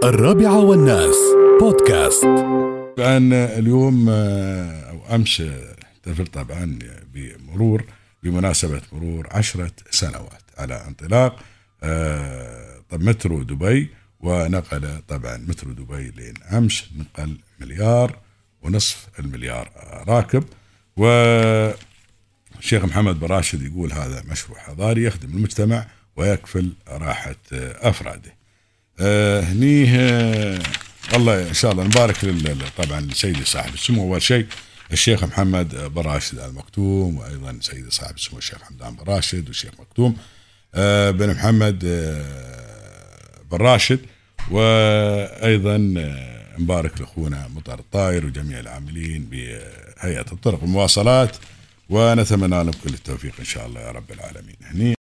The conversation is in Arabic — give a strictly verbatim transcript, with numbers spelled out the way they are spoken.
الرابعة والناس بودكاست. طبعا اليوم أو أمس احتفل طبعا بمرور بمناسبة مرور عشرة سنوات على انطلاق طب مترو دبي، ونقل طبعا مترو دبي لين أمس نقل مليار ونصف المليار راكب. والشيخ محمد بن راشد يقول هذا مشروع حضاري يخدم المجتمع ويكفل راحة أفراده. آه هني آه الله إن شاء الله نبارك طبعا لسيدي صاحب السمو، أول شيء الشيخ محمد بن راشد آل مكتوم، وأيضا سيدي صاحب السمو الشيخ حمدان بن راشد والشيخ مكتوم آه بن محمد آه بن راشد، وأيضا آه نبارك لأخونا مطر الطاير وجميع العاملين بهيئة الطرق والمواصلات، ونتمنى لهم كل التوفيق إن شاء الله يا رب العالمين. هني